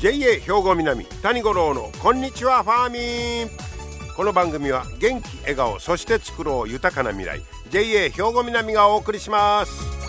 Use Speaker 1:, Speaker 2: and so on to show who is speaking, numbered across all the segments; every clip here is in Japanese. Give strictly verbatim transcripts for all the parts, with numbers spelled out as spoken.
Speaker 1: ジェイエー 兵庫南谷五郎のこんにちはファーミン。この番組は元気笑顔そして作ろう豊かな未来 ジェイエー 兵庫南がお送りします。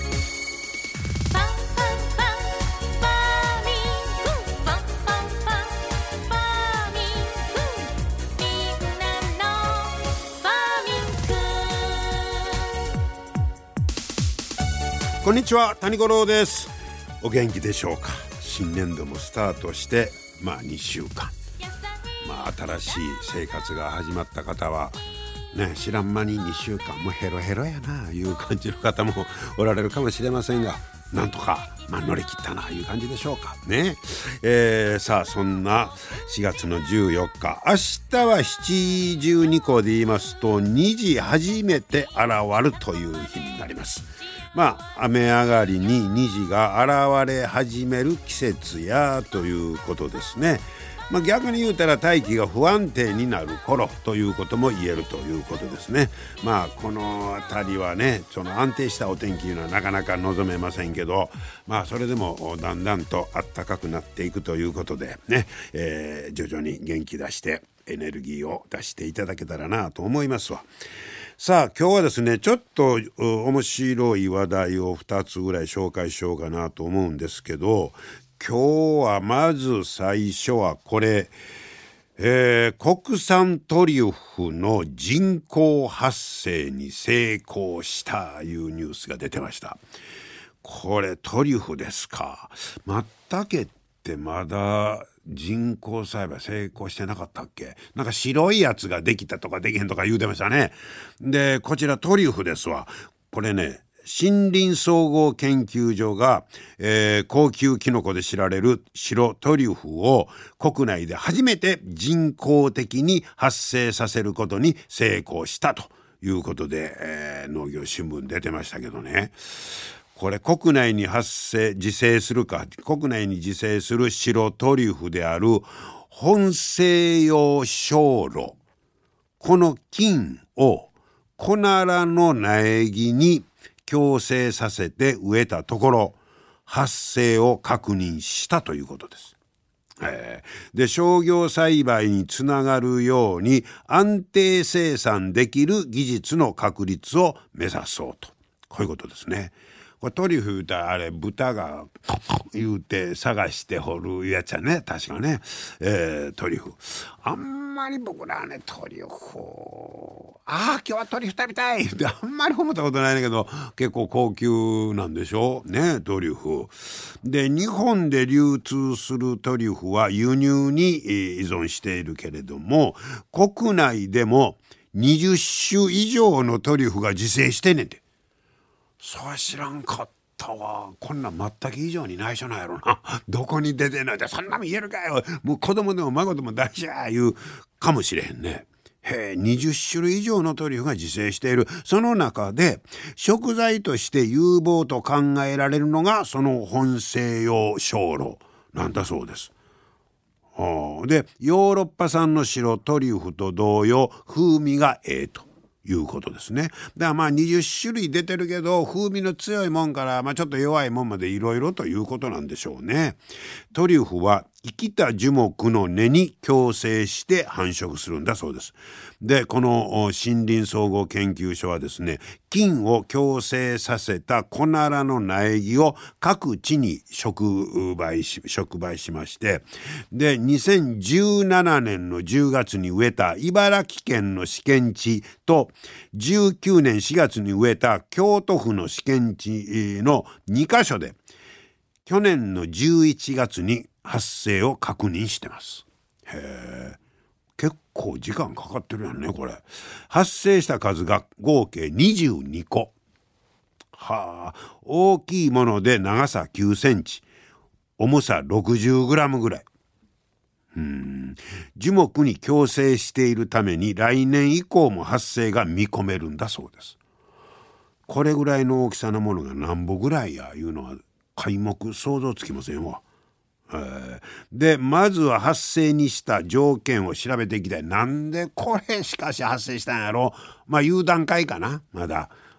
Speaker 1: こんにちは谷五郎です。お元気でしょうか。新年度もスタートしてまあにしゅうかん、まあ新しい生活が始まった方はね、知らん間ににしゅうかんもヘロヘロやないう感じの方もおられるかもしれませんが、なんとか、まあ、乗り切ったないう感じでしょうかね。えー、さあそんなしがつのじゅうよっか、明日はしちじゅうにこで言いますと虹初めて現るという日になります。まあ雨上がりに虹が現れ始める季節やということですね。まあ、逆に言うたら大気が不安定になる頃ということも言えるということですね。まあこの辺りはね、その安定したお天気というのはなかなか望めませんけど、まあそれでもだんだんと暖かくなっていくということでね、えー、徐々に元気出してエネルギーを出していただけたらなと思いますわ。さあ今日はですね、ちょっと面白い話題をふたつぐらい紹介しようかなと思うんですけど、今日はまず最初はこれ、えー、国産トリュフの人工発生に成功したいうニュースが出てました。これトリュフですか。松茸ってまだ人工栽培成功してなかったっけ。なんか白いやつができたとかできへんとか言うてましたね。でこちらトリュフですわ。これね、森林総合研究所が、えー、高級キノコで知られる白トリュフを国内で初めて人工的に発生させることに成功したということで、えー、農業新聞出てましたけどね。これ国内に発生自生するか国内に自生する白トリュフである本西洋小炉、この菌をコナラの苗木に共生させて植えたところ発生を確認したということです。えー、で商業栽培につながるように安定生産できる技術の確立を目指そうと、こういうことですね。これトリュフ言うたらあれ豚が言うて探して掘るやつやね、確かね。えー、トリュフあんまり僕らはね、トリュフああ今日はトリュフ食べたいってあんまり思ったことないんだけど、結構高級なんでしょうね、トリュフで。日本で流通するトリュフは輸入に依存しているけれども、国内でもにじゅっしゅ以上のトリュフが自生してんねんて。それ知らんかったわ。こんなん全く以上に内緒なんやろな。どこに出てんのって、そんなもん言えるかよ、もう子供でも孫でも大事や言うかもしれへんね。へえ、にじゅっしゅるい以上のトリュフが自生している。その中で食材として有望と考えられるのがその本西洋小炉なんだそうです。でヨーロッパ産の白トリュフと同様風味がええということですね。だからまあにじゅっしゅるい出てるけど風味の強いもんから、まあ、ちょっと弱いもんまでいろいろということなんでしょうね。トリュフは生きた樹木の根に共生して繁殖するんだそうです。でこの森林総合研究所はですね、菌を共生させたコナラの苗木を各地に植培し、植培しまして、でにせんじゅうななねんのじゅうがつに植えた茨城県の試験地とじゅうきゅうねんしがつに植えた京都府の試験地のにかしょで去年のじゅういちがつに発生を確認してます。へえ、結構時間かかってるやんねこれ。発生した数が合計にじゅうにこ。はあ、大きいもので長さきゅうセンチ、重さろくじゅうグラムぐらい。うーん、樹木に共生しているために来年以降も発生が見込めるんだそうです。これぐらいの大きさのものが何ぼぐらいやいうのは皆目想像つきませんわ。でまずは発生にした条件を調べていきたい。なんでこれしかし発生したんやろ。まあいう段階かな。まだ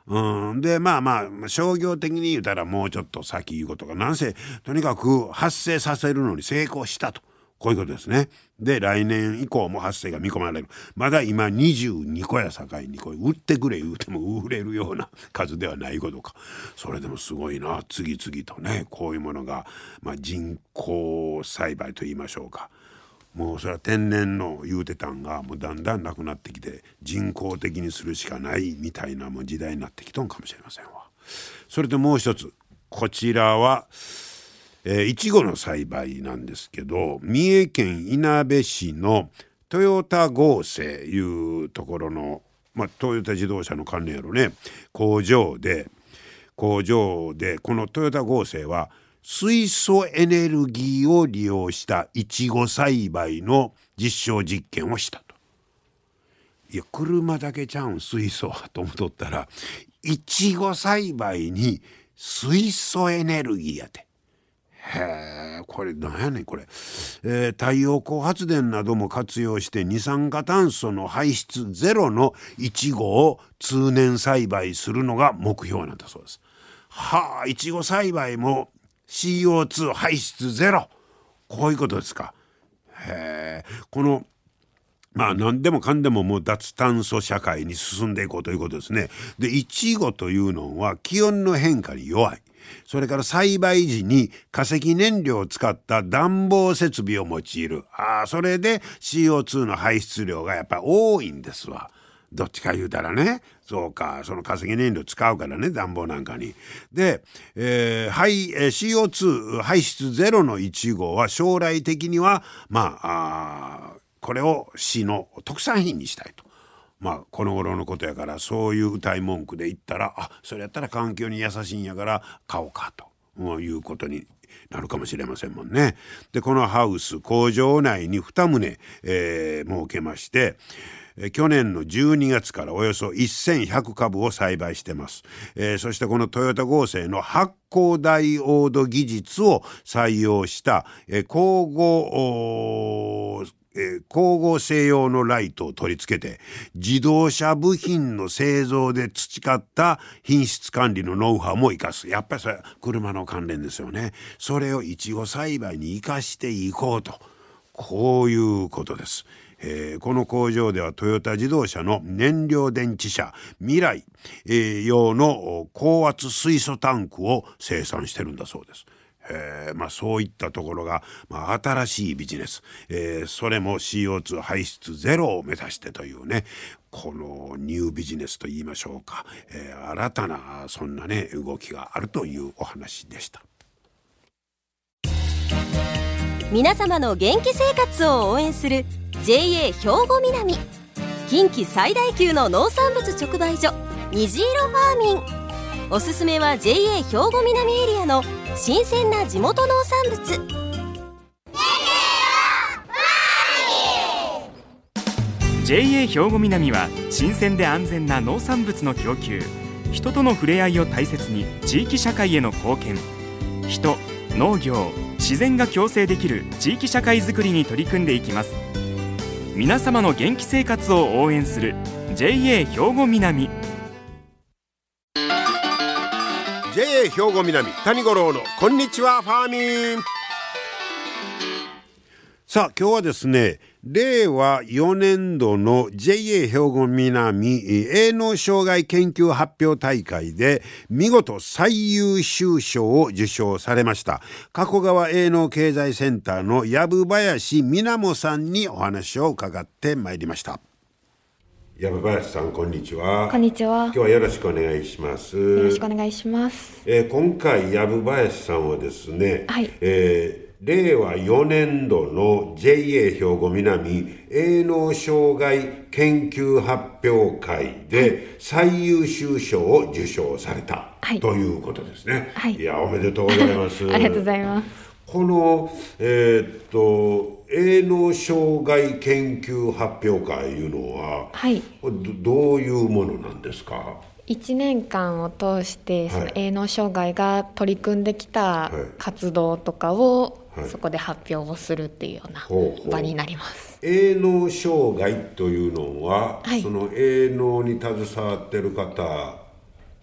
Speaker 1: うん、でまあまあ商業的に言うたらもうちょっと先いうことがなんせとにかく発生させるのに成功したと、こういうことですね。で来年以降も発生が見込まれる。まだ今にじゅうにこやさかいにこれ売ってくれ言うても売れるような数ではないことか。それでもすごいな、次々とねこういうものが、まあ、人工栽培と言いましょうか、もうそれは天然の言うてたんがもうだんだんなくなってきて人工的にするしかないみたいなもう時代になってきとんかもしれませんわ。それともう一つ、こちらは、えー、いちごの栽培なんですけど、三重県いなべ市のトヨタ合成いうところの、まあ、トヨタ自動車の関連やろね工場で工場でこのトヨタ合成は水素エネルギーを利用したイチゴ栽培の実証実験をしたと。いや車だけちゃうん水素はと思っとったらイチゴ栽培に水素エネルギーやて。へえ、これなんやねんこれ、えー、太陽光発電なども活用して二酸化炭素の排出ゼロのイチゴを通年栽培するのが目標なんだそうです。はあ、イチゴ栽培もシーオーツー 排出ゼロ、こういうことですか。へえ、このまあ何でもかんでももう脱炭素社会に進んでいこうということですね。でイチゴというのは気温の変化に弱い、それから栽培時に化石燃料を使った暖房設備を用いる、あそれで シーオーツー の排出量がやっぱり多いんですわ。どっちか言うたらね、そうか、その化石燃料使うからね暖房なんかに。で、えーはい、シーオーツー 排出ゼロのイチゴは将来的にはまあ、あこれを市の特産品にしたいと。まあこの頃のことやからそういう謳い文句で言ったら、あそれやったら環境に優しいんやから買おうかということになるかもしれませんもんね。でこのハウス工場内ににとう、えー、設けまして、去年のじゅうにがつからおよそせんひゃくかぶを栽培してます。えー、そしてこのトヨタ合成の発光ダイオード技術を採用した、えー、光合えー、光合成用のライトを取り付けて自動車部品の製造で培った品質管理のノウハウも生かす。やっぱりそれは車の関連ですよね。それをイチゴ栽培に生かしていこうと、こういうことです。えー、この工場ではトヨタ自動車の燃料電池車未来、えー、用の高圧水素タンクを生産してるんだそうです。えーまあ、そういったところが、まあ、新しいビジネス、えー、それも シーオーツー 排出ゼロを目指してというね、このニュービジネスと言いましょうか、えー、新たなそんなね動きがあるというお話でした。
Speaker 2: 皆様の元気生活を応援する ジェーエー 兵庫南、近畿最大級の農産物直売所虹色ファーミン。おすすめは ジェーエー 兵庫南エリアの新鮮な地元農産物。
Speaker 3: ジェーエー 兵庫南は新鮮で安全な農産物の供給、人との触れ合いを大切に地域社会への貢献、人、農業、自然が共生できる地域社会づくりに取り組んでいきます。皆様の元気生活を応援する ジェーエー 兵庫南。
Speaker 1: ジェーエー 兵庫南谷五郎のこんにちはファーミン。さあ今日はですね、れいわよねんどの ジェーエー 兵庫南営農障害研究発表大会で見事最優秀賞を受賞されました加古川営農経済センターの藪林みなもさんにお話を伺ってまいりました。藪林さん、こんにちは。
Speaker 4: こんにちは。
Speaker 1: 今日はよろしくお願いします。
Speaker 4: よろしくお願いします。
Speaker 1: えー、今回藪林さんはですね、
Speaker 4: はい、
Speaker 1: えーれいわよねんどの ジェーエー 兵庫南営農障害研究発表会で最優秀賞を受賞された、はい、ということですね。はい、いやおめでとうございます。
Speaker 4: ありがとうございます。
Speaker 1: この、えー、っと営農障害研究発表会いうのは、はい、ど, どういうものなんですか？
Speaker 4: いちねんかんを通してその営農障害が取り組んできた活動とかをそこで発表をするっていうような場になります。
Speaker 1: 営農障害というのは、はい、その営農に携わっている方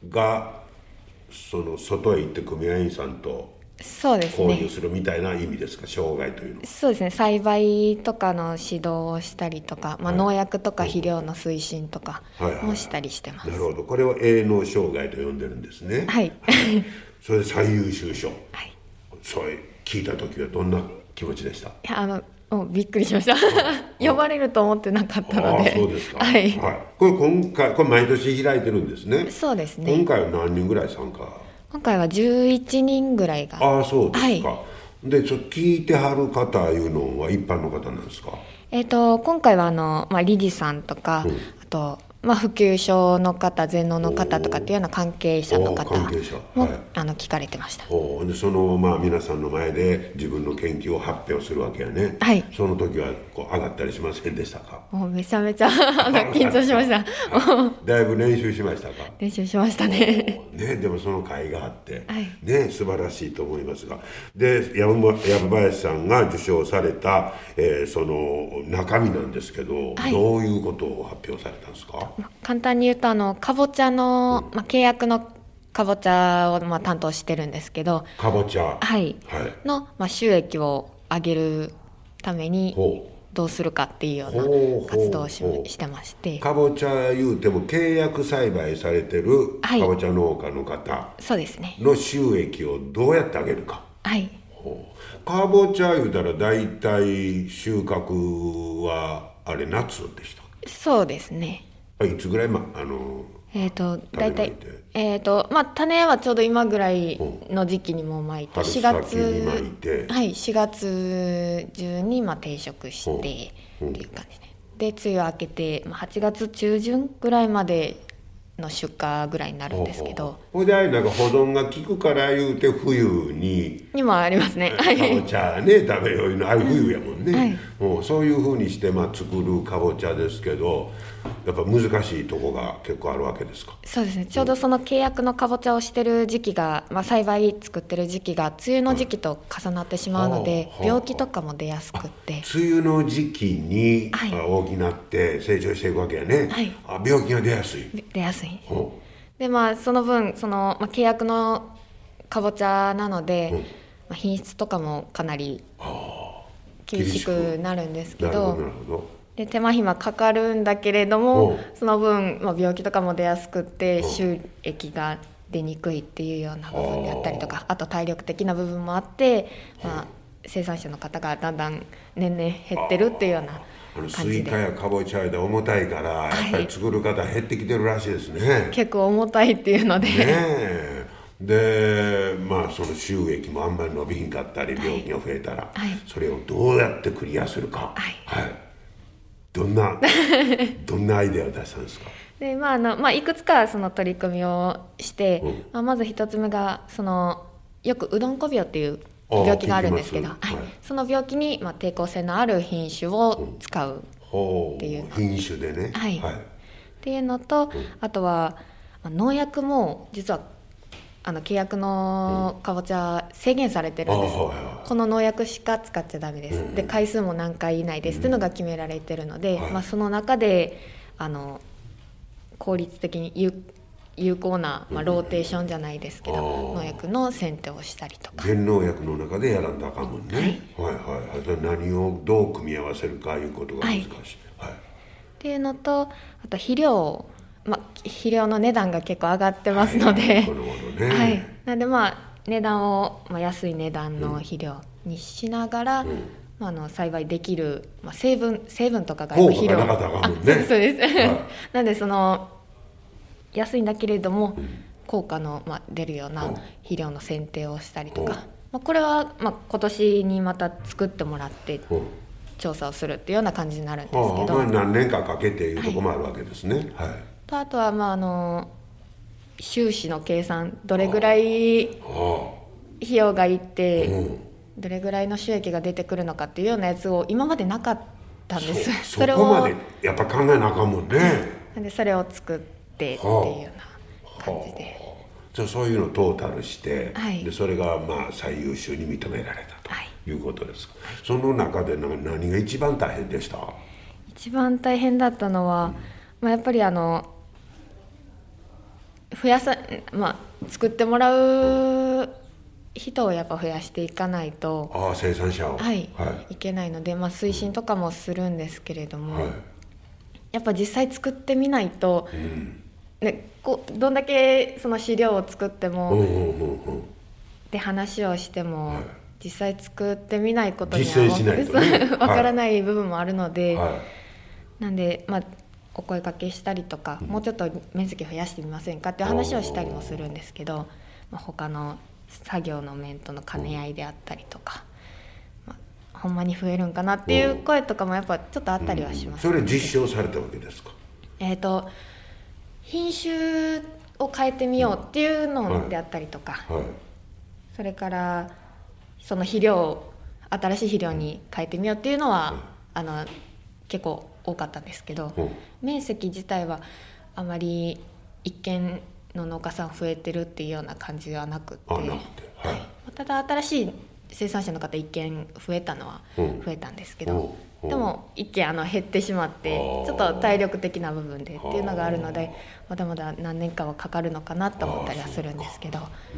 Speaker 1: がその外へ行って組合員さんと
Speaker 4: そうですね、
Speaker 1: 交流するみたいな意味ですか、障害というのは。
Speaker 4: そうですね、栽培とかの指導をしたりとか、まあ、農薬とか肥料の推進とかもしたりしてます。
Speaker 1: はいはいはい、なるほど、これを営農障害と呼んでるんですね。
Speaker 4: はい
Speaker 1: それで最優秀賞、
Speaker 4: はい、
Speaker 1: それ聞いた時はどんな気持ちでした？い
Speaker 4: や、あのもうびっくりしました呼ばれると思ってなかったので。
Speaker 1: ああ、そうですか。
Speaker 4: はい、
Speaker 1: はい、これ今回これ毎年開いてるんですね。
Speaker 4: そうですね。
Speaker 1: 今回は何人ぐらい参加？
Speaker 4: 今回はじゅういちにんぐらいが。
Speaker 1: ああ、そうですか。
Speaker 4: はい、
Speaker 1: でそ聞いてはる方いうのは一般の方なんですか？
Speaker 4: えーと今回はあの、まあ、理事さんとか、うん、あとまあ、普及所の方、全農の方とかっていうような関係者の方も、はい、あの聞かれてました。
Speaker 1: おでその、まあ、皆さんの前で自分の研究を発表するわけやね。
Speaker 4: はい、
Speaker 1: その時はこう上がったりしませんでしたか？
Speaker 4: もうめちゃめちゃ緊張しました
Speaker 1: だいぶ練習しましたか？
Speaker 4: 練習しましたね
Speaker 1: ね、でもその会があって、
Speaker 4: はい、
Speaker 1: ね、素晴らしいと思いますが、で藪林さんが受賞された、えー、その中身なんですけど、はい、どういうことを発表されたんですか？
Speaker 4: 簡単に言うと、あのかぼちゃの、うん、まあ、契約のかぼちゃを、まあ、担当してるんですけど、
Speaker 1: かぼちゃ、
Speaker 4: はい、はい、の、まあ、収益を上げるためにどうするかっていうような活動を し, してまして、
Speaker 1: かぼちゃ言うても契約栽培されてるかぼちゃ農家の方の収益をどうやって上げるか。
Speaker 4: はい、
Speaker 1: かぼちゃ言うたら大体収穫はあれ夏でした？
Speaker 4: そうですね。
Speaker 1: いつぐらい、ま、あの
Speaker 4: えーと大体、えーとまあ、種はちょうど今ぐらいの時期にもまいて、しがつにまいて、はい、しがつ中にまあ定食してっていう感じで、で梅雨明けて、まあ、はちがつ中旬ぐらいまでの出荷ぐらいになるんですけど、
Speaker 1: ほいでなんか保存が効くから言うて冬に
Speaker 4: にもありますね。
Speaker 1: かぼちゃね食べようのあれ冬やもんね、はい、もうそういうふうにして、まあ、作るかぼちゃですけど、やっぱ難しいとこが結構あるわけですか？
Speaker 4: そうですね、ちょうどその契約のかぼちゃをしてる時期が、まあ、栽培作ってる時期が梅雨の時期と重なってしまうので、はい、病気とかも出やすくって、
Speaker 1: 梅雨の時期に、はい、大きなって成長していくわけやね、はい、あ病気が出やすい
Speaker 4: 出やすいで、まあ、その分その、まあ、契約のかぼちゃなので、うん、まあ、品質とかもかなり厳しくなるんですけど、なるほどなるほど、で手間暇かかるんだけれども、その分、まあ、病気とかも出やすくって収益が出にくいっていうような部分であったりとか、あと体力的な部分もあって、まあ、生産者の方がだんだん年々減ってるっていうような感じで、あの
Speaker 1: スイカやかぼちゃで重たいからやっぱり作る方減ってきてるらしいですね、はい、
Speaker 4: 結構重たいっていうので、
Speaker 1: ねでまあその収益もあんまり伸びひんかったり病気が増えたら、はい、それをどうやってクリアするか、はいはい、どんなどんなアイデアを出したんですか？
Speaker 4: で、まああのまあ、いくつかその取り組みをして、うん、まあ、まず一つ目がそのよくうどんこ病っていう病気があるんですけど、はい、その病気に、まあ、抵抗性のある品種を使うっていう、うん、
Speaker 1: 品種でね、
Speaker 4: はいはい、っていうのと、うん、あとは、まあ、農薬も実はあの契約のかぼちゃ制限されてるんです、うん、この農薬しか使っちゃダメです、うん、で回数も何回以内ですっていうのが決められてるので、うん、まあ、その中であの効率的に有有効な、まあ、ローテーションじゃないですけど、うん、農薬の選定をしたりとか、
Speaker 1: 原農薬の中でやらんだあかんもんね、はい、はいはいはい、何をどう組み合わせるかいうことが難しい、はいはい、
Speaker 4: っていうのと、あと肥料、まあ、肥料の値段が結構上がってますので、はい、ね、はい、なのでまあ値段を、まあ、安い値段の肥料にしながら、うん、まあ、あの栽培できる、まあ、成分成分とかが
Speaker 1: 肥料、あ、そうですそう
Speaker 4: です、はい、なのでその安いんだけれども、うん、効果の、まあ、出るような肥料の選定をしたりとか、まあ、これは、まあ、今年にまた作ってもらって調査をするっていうような感じになるんですけど、
Speaker 1: まあ、何年かかけていうところもあるわけですね、はいはい、
Speaker 4: とあとは、まあ、あの収支の計算、どれぐらい費用がいって、うん、どれぐらいの収益が出てくるのかっていうようなやつを今までなかったんです。
Speaker 1: そ, そこまでやっぱ考えなあかんもんね。
Speaker 4: でそれを作ってっていうような感じで、はあ、
Speaker 1: じゃあそういうのをトータルして、はい、でそれがまあ最優秀に認められたということですか、はい、その中で何が一番大変でした？一
Speaker 4: 番大変だったのは、うん、まあ、やっぱりあの増やさ、まあ、作ってもらう人をやっぱ増やしていかないと、
Speaker 1: あ生産者を、
Speaker 4: はい、
Speaker 1: はい、
Speaker 4: いけないので、まあ、推進とかもするんですけれども、
Speaker 1: はい、
Speaker 4: やっぱ実際作ってみないと、
Speaker 1: うん
Speaker 4: ね、こうどんだけその資料を作っても、
Speaker 1: うんうんうんうん、
Speaker 4: で話をしても、はい、実際作ってみないことには
Speaker 1: 実践しないとね
Speaker 4: わからない部分もあるので、
Speaker 1: はい、
Speaker 4: なんで、まあ、お声かけしたりとか、うん、もうちょっと面積増やしてみませんかっていう話をしたりもするんですけど、まあ、他の作業の面との兼ね合いであったりとか、まあ、ほんまに増えるんかなっていう声とかもやっぱちょっとあったりはします、
Speaker 1: ね、うん、それ実証されたわけですか？
Speaker 4: えーと品種を変えてみようっていうのであったりとか、はいはい、それからその肥料を新しい肥料に変えてみようっていうのは、はい、あの結構多かったんですけど、うん、面積自体はあまり一軒の農家さん増えてるっていうような感じではなくて、
Speaker 1: あなくて、はい、
Speaker 4: ただ新しい生産者の方一軒増えたのは増えたんですけど、うん、でも一軒あの減ってしまってちょっと体力的な部分でっていうのがあるので、まだまだ何年かはかかるのかなと思ったりはするんですけど、
Speaker 1: うん、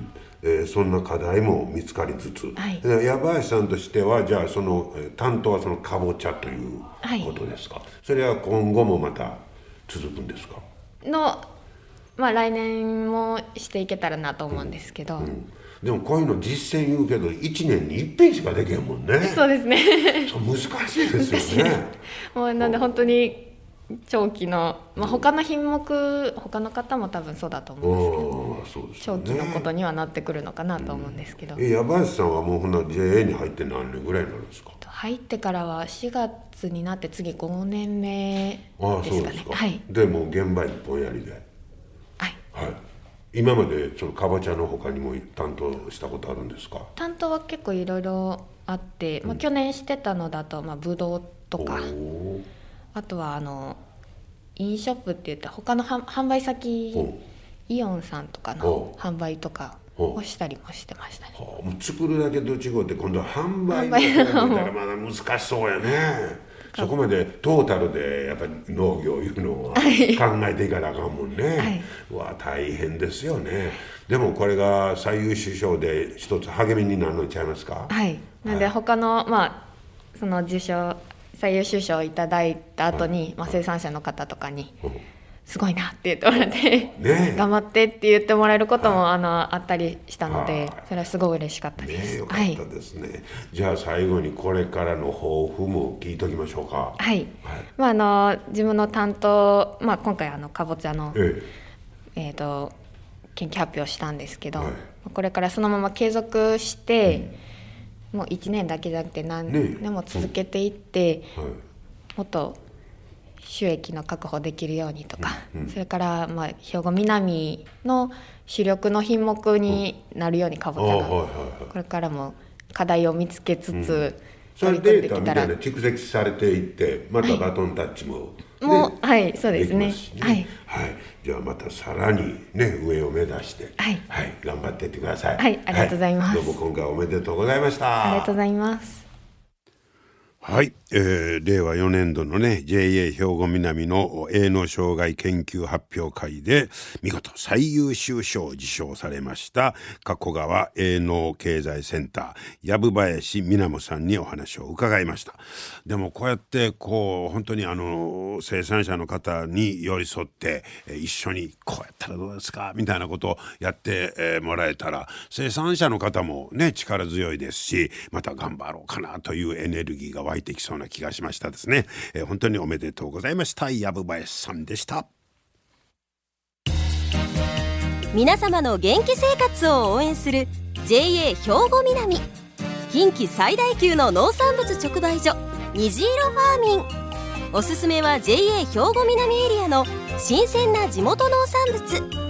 Speaker 1: えー、そんな課題も見つかりつつ、はい、矢林さんとしてはじゃあその担当はそのかぼちゃということですか、はい、それは今後もまた続くんですか
Speaker 4: の、まあ、来年もしていけたらなと思うんですけど、うんうん、
Speaker 1: でもこういうの実践言うけどいちねんにいっぺんしかできへんもんね。
Speaker 4: そうですね
Speaker 1: 難しいですよね
Speaker 4: もうなんで本当に長期の、まあ、他の品目他の方も多分そうだと思うんですけど、そうですね、長期のことにはなってくるのかなと思うんですけど、うん、
Speaker 1: え矢林さんはもうほんな ジェーエー に入って何年ぐらいになるんですか？
Speaker 4: 入ってからはしがつになって次ごねんめですかね。ああそうですか、はい、
Speaker 1: でもう現場一本やりで、
Speaker 4: はい、
Speaker 1: はい、今までそのかぼちゃの他にも担当したことあるんですか？
Speaker 4: 担当は結構いろいろあって、まあ、去年してたのだと、まあ、ぶどうとか、あとはあのインショップって言って他の販売先イオンさんとかの販売とかをしたりもしてましたね。
Speaker 1: はあ、もう作るだけと違うって今度は販売の方見たらまだ難しそうやねそこまでトータルでやっぱり農業いうのは考えていかなあかんもんね、はい、うわ大変ですよね。でもこれが最優秀賞で一つ励みになるのちゃいますか？
Speaker 4: はい、なんで他の、はい、まあその受賞最優秀賞をいただいた後に、はい、まあ、生産者の方とかに、はい、すごいなって言ってもらって、ね、頑張ってって言ってもらえることも、はい、あのあったりしたので、それはすごい嬉しかったです、
Speaker 1: ね、よかったですね、はい、じゃあ最後にこれからの抱負も聞いておきましょうか。
Speaker 4: はい、はい、まあ、あの自分の担当、まあ、今回あのかぼちゃの、えええー、と研究発表したんですけど、はい、これからそのまま継続して、うん、もういちねんだけじゃなくて何年も続けていって、ね、うん、はい、もっと収益の確保できるようにとか、うんうん、それから、まあ、兵庫南の主力の品目になるようにかぼちゃが、これからも課題を見つけつつ、うん、
Speaker 1: それデータみたいな蓄積されていってまたバトンタッチも、
Speaker 4: ね、もうはいそうですね、はい
Speaker 1: はい、じゃあまたさらにね上を目指して、はいはい、頑張っていってください。
Speaker 4: はい、ありがとうございます、
Speaker 1: はい、どうも今回おめでとうございました。
Speaker 4: ありがとうございます。
Speaker 1: はい、えー、れいわよねんどのね ジェーエー 兵庫南の営農障害研究発表会で見事最優秀賞を受賞されました加古川営農経済センター藪林みなもさんにお話を伺いました。でもこうやってこう本当にあの生産者の方に寄り添って一緒にこうやったらどうですかみたいなことをやってもらえたら生産者の方もね力強いですし、また頑張ろうかなというエネルギーが湧いてきそうな気がしましたですね、えー、本当におめでとうございました。藪林さんでした。
Speaker 2: 皆様の元気生活を応援する ジェーエー 兵庫南近畿最大級の農産物直売所虹色ファーミン。おすすめは ジェーエー 兵庫南エリアの新鮮な地元農産物。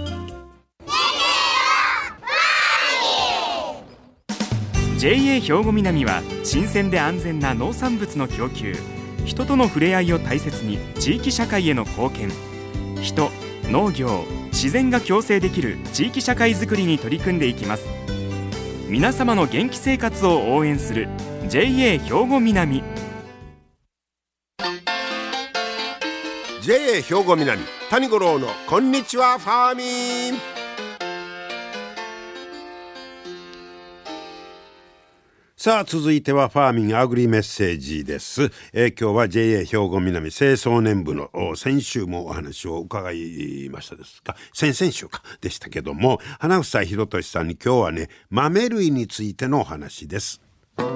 Speaker 3: ジェーエー 兵庫南は新鮮で安全な農産物の供給、人との触れ合いを大切に地域社会への貢献、人、農業、自然が共生できる地域社会づくりに取り組んでいきます。皆様の元気生活を応援する ジェーエー 兵庫南。
Speaker 1: ジェイエー 兵庫南谷五郎のこんにちはファーミン。さあ続いてはファーミンアグリメッセージです、えー、今日は ジェイエー 兵庫南清掃年部の先週もお話を伺いましたですか、先々週かでしたけども、花房博俊さんに今日はね豆類についてのお話です。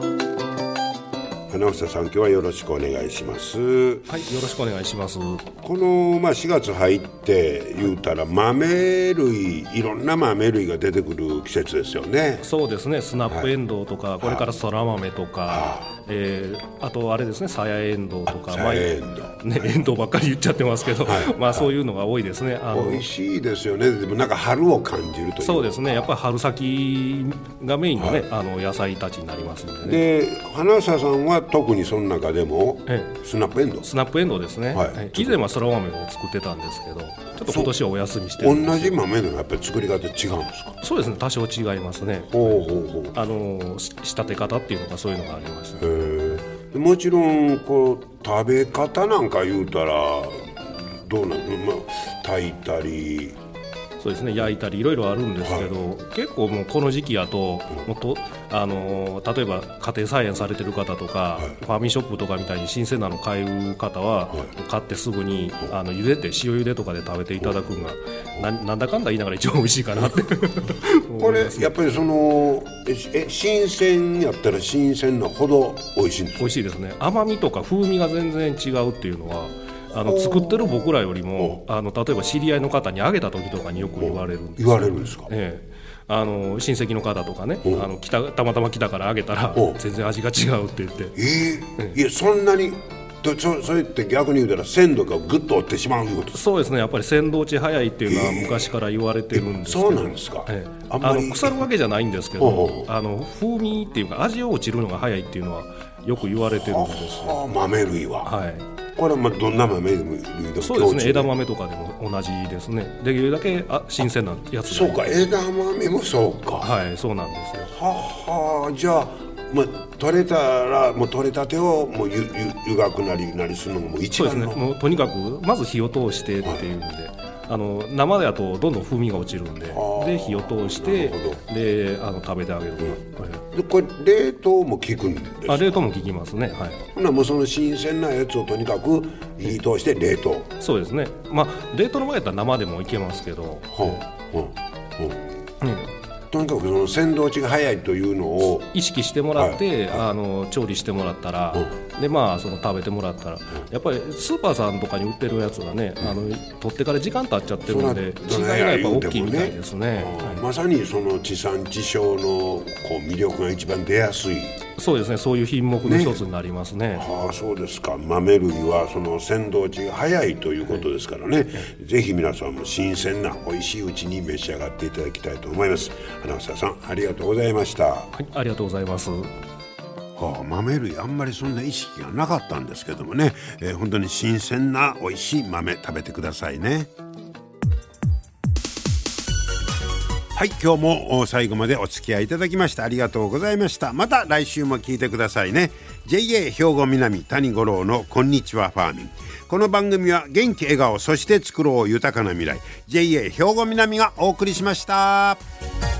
Speaker 1: 花房さん今日はよろしくお願いします。
Speaker 5: はい、よろしくお願いします。
Speaker 1: この、まあ、しがつ入って言うたら豆類いろんな豆類が出てくる季節ですよね。
Speaker 5: そうですね、スナップエンドウとか、はい、これからそら豆とか、はい、えー、あとあれですね、さやエンドウとか、
Speaker 1: さやエンドウ、
Speaker 5: ね、エンドウばっかり言っちゃってますけど、はい、まあそういうのが多いですね。あの
Speaker 1: 美味しいですよね。でもなんか春を感じるという。
Speaker 5: そうですね、やっぱり春先がメインのね、はい、あの野菜たちになりますのでね。
Speaker 1: で花房さんは特にその中でも、ええ、スナップエンドウ
Speaker 5: スナップエンドウですね、はい、以前はそら豆を作ってたんですけど、ちょっと今年はお休みしてるんです。
Speaker 1: 同じ豆でもやっぱり作り方違うんですか？
Speaker 5: そうですね、多少違いますね。
Speaker 1: ほうほうほう。
Speaker 5: あの仕立て方っていうのがそういうのがありました、ね。
Speaker 1: へ、もちろんこう食べ方なんか言うたらどうなの、まあ、炊いたり
Speaker 5: そうですね、焼いたりいろいろあるんですけど、はい、結構もうこの時期やと、もっとあの例えば家庭菜園されてる方とか、はい、ファーミンショップとかみたいに新鮮なの買う方は、はい、買ってすぐにあの茹でて塩茹でとかで食べていただくのが、な, なんだかんだ言いながら一番美味しいかなって
Speaker 1: これやっぱりそのえ新鮮やったら新鮮なほど美味しいんですか？
Speaker 5: 美味しいですね。甘みとか風味が全然違うっていうのはあの作ってる僕らよりもあの例えば知り合いの方にあげた時とかによく言われるんですよ。
Speaker 1: 言われるんですか？
Speaker 5: ええ、あの親戚の方とかね、あの来たたまたま来たからあげたら全然味が違うって言って、
Speaker 1: えー、いやそんなにそ, それって逆に言うたら鮮度がぐっと落ちてしまういうことですか？
Speaker 5: そうですね、やっぱり鮮度落ち早いっていうのは昔から言われてるんですけど、
Speaker 1: そうなんですか？
Speaker 5: ええ、ああの腐るわけじゃないんですけど、あの風味っていうか味を落ちるのが早いっていうのはよく言われてるんですよ。
Speaker 1: はは豆類は、
Speaker 5: はい、
Speaker 1: これはまあどんな豆類でも
Speaker 5: そうですね、枝豆とかでも同じですね。できるだけあ新鮮なやつ。
Speaker 1: そうか、枝豆もそうか。
Speaker 5: はい、そうなんですよ。
Speaker 1: はは、じゃあ、まあ、取れたらもう取れたてをもうゆゆ湯がくなりなりするのがもう一番の。
Speaker 5: そうですね、もうとにかくまず火を通してっていうんで、はい、あの生だとどんどん風味が落ちるんで、で火を通してであの食べてあげると、うん、はい、
Speaker 1: でこれ冷凍も効くんですか？
Speaker 5: あ、冷凍も効きますね。はい。
Speaker 1: ほなもうその新鮮なやつをとにかく火通して冷凍。
Speaker 5: そうですね、まあ冷凍の場合やったら生でもいけますけど、
Speaker 1: ほうほうほう、うん、とにかくその鮮度落ちが早いというのを
Speaker 5: 意識してもらって、はいはい、あの調理してもらったら、うん、でまあその食べてもらったら、うん、やっぱりスーパーさんとかに売ってるやつがね、うん、あの取ってから時間経っちゃってるんで違いがやっぱ大きいみたいですね。
Speaker 1: はい、まさにその地産地消のこう魅力が一番出やすい。
Speaker 5: そうですね、そういう品目の一つになりますね。
Speaker 1: はあ、そうですか。豆類はその鮮度落ちが早いということですからね、はい、ぜひ皆さんも新鮮な美味しいうちに召し上がっていただきたいと思います。花房さんありがとうございました。
Speaker 5: はい、ありがとうございます。
Speaker 1: はあ、豆類あんまりそんな意識がなかったんですけどもね、えー、本当に新鮮な美味しい豆食べてくださいね。はい、今日も最後までお付き合いいただきましてありがとうございました。また来週も聞いてくださいね。 ジェイエー 兵庫南谷五郎のこんにちはファーミン。この番組は元気笑顔そして作ろう豊かな未来 ジェイエー 兵庫南がお送りしました。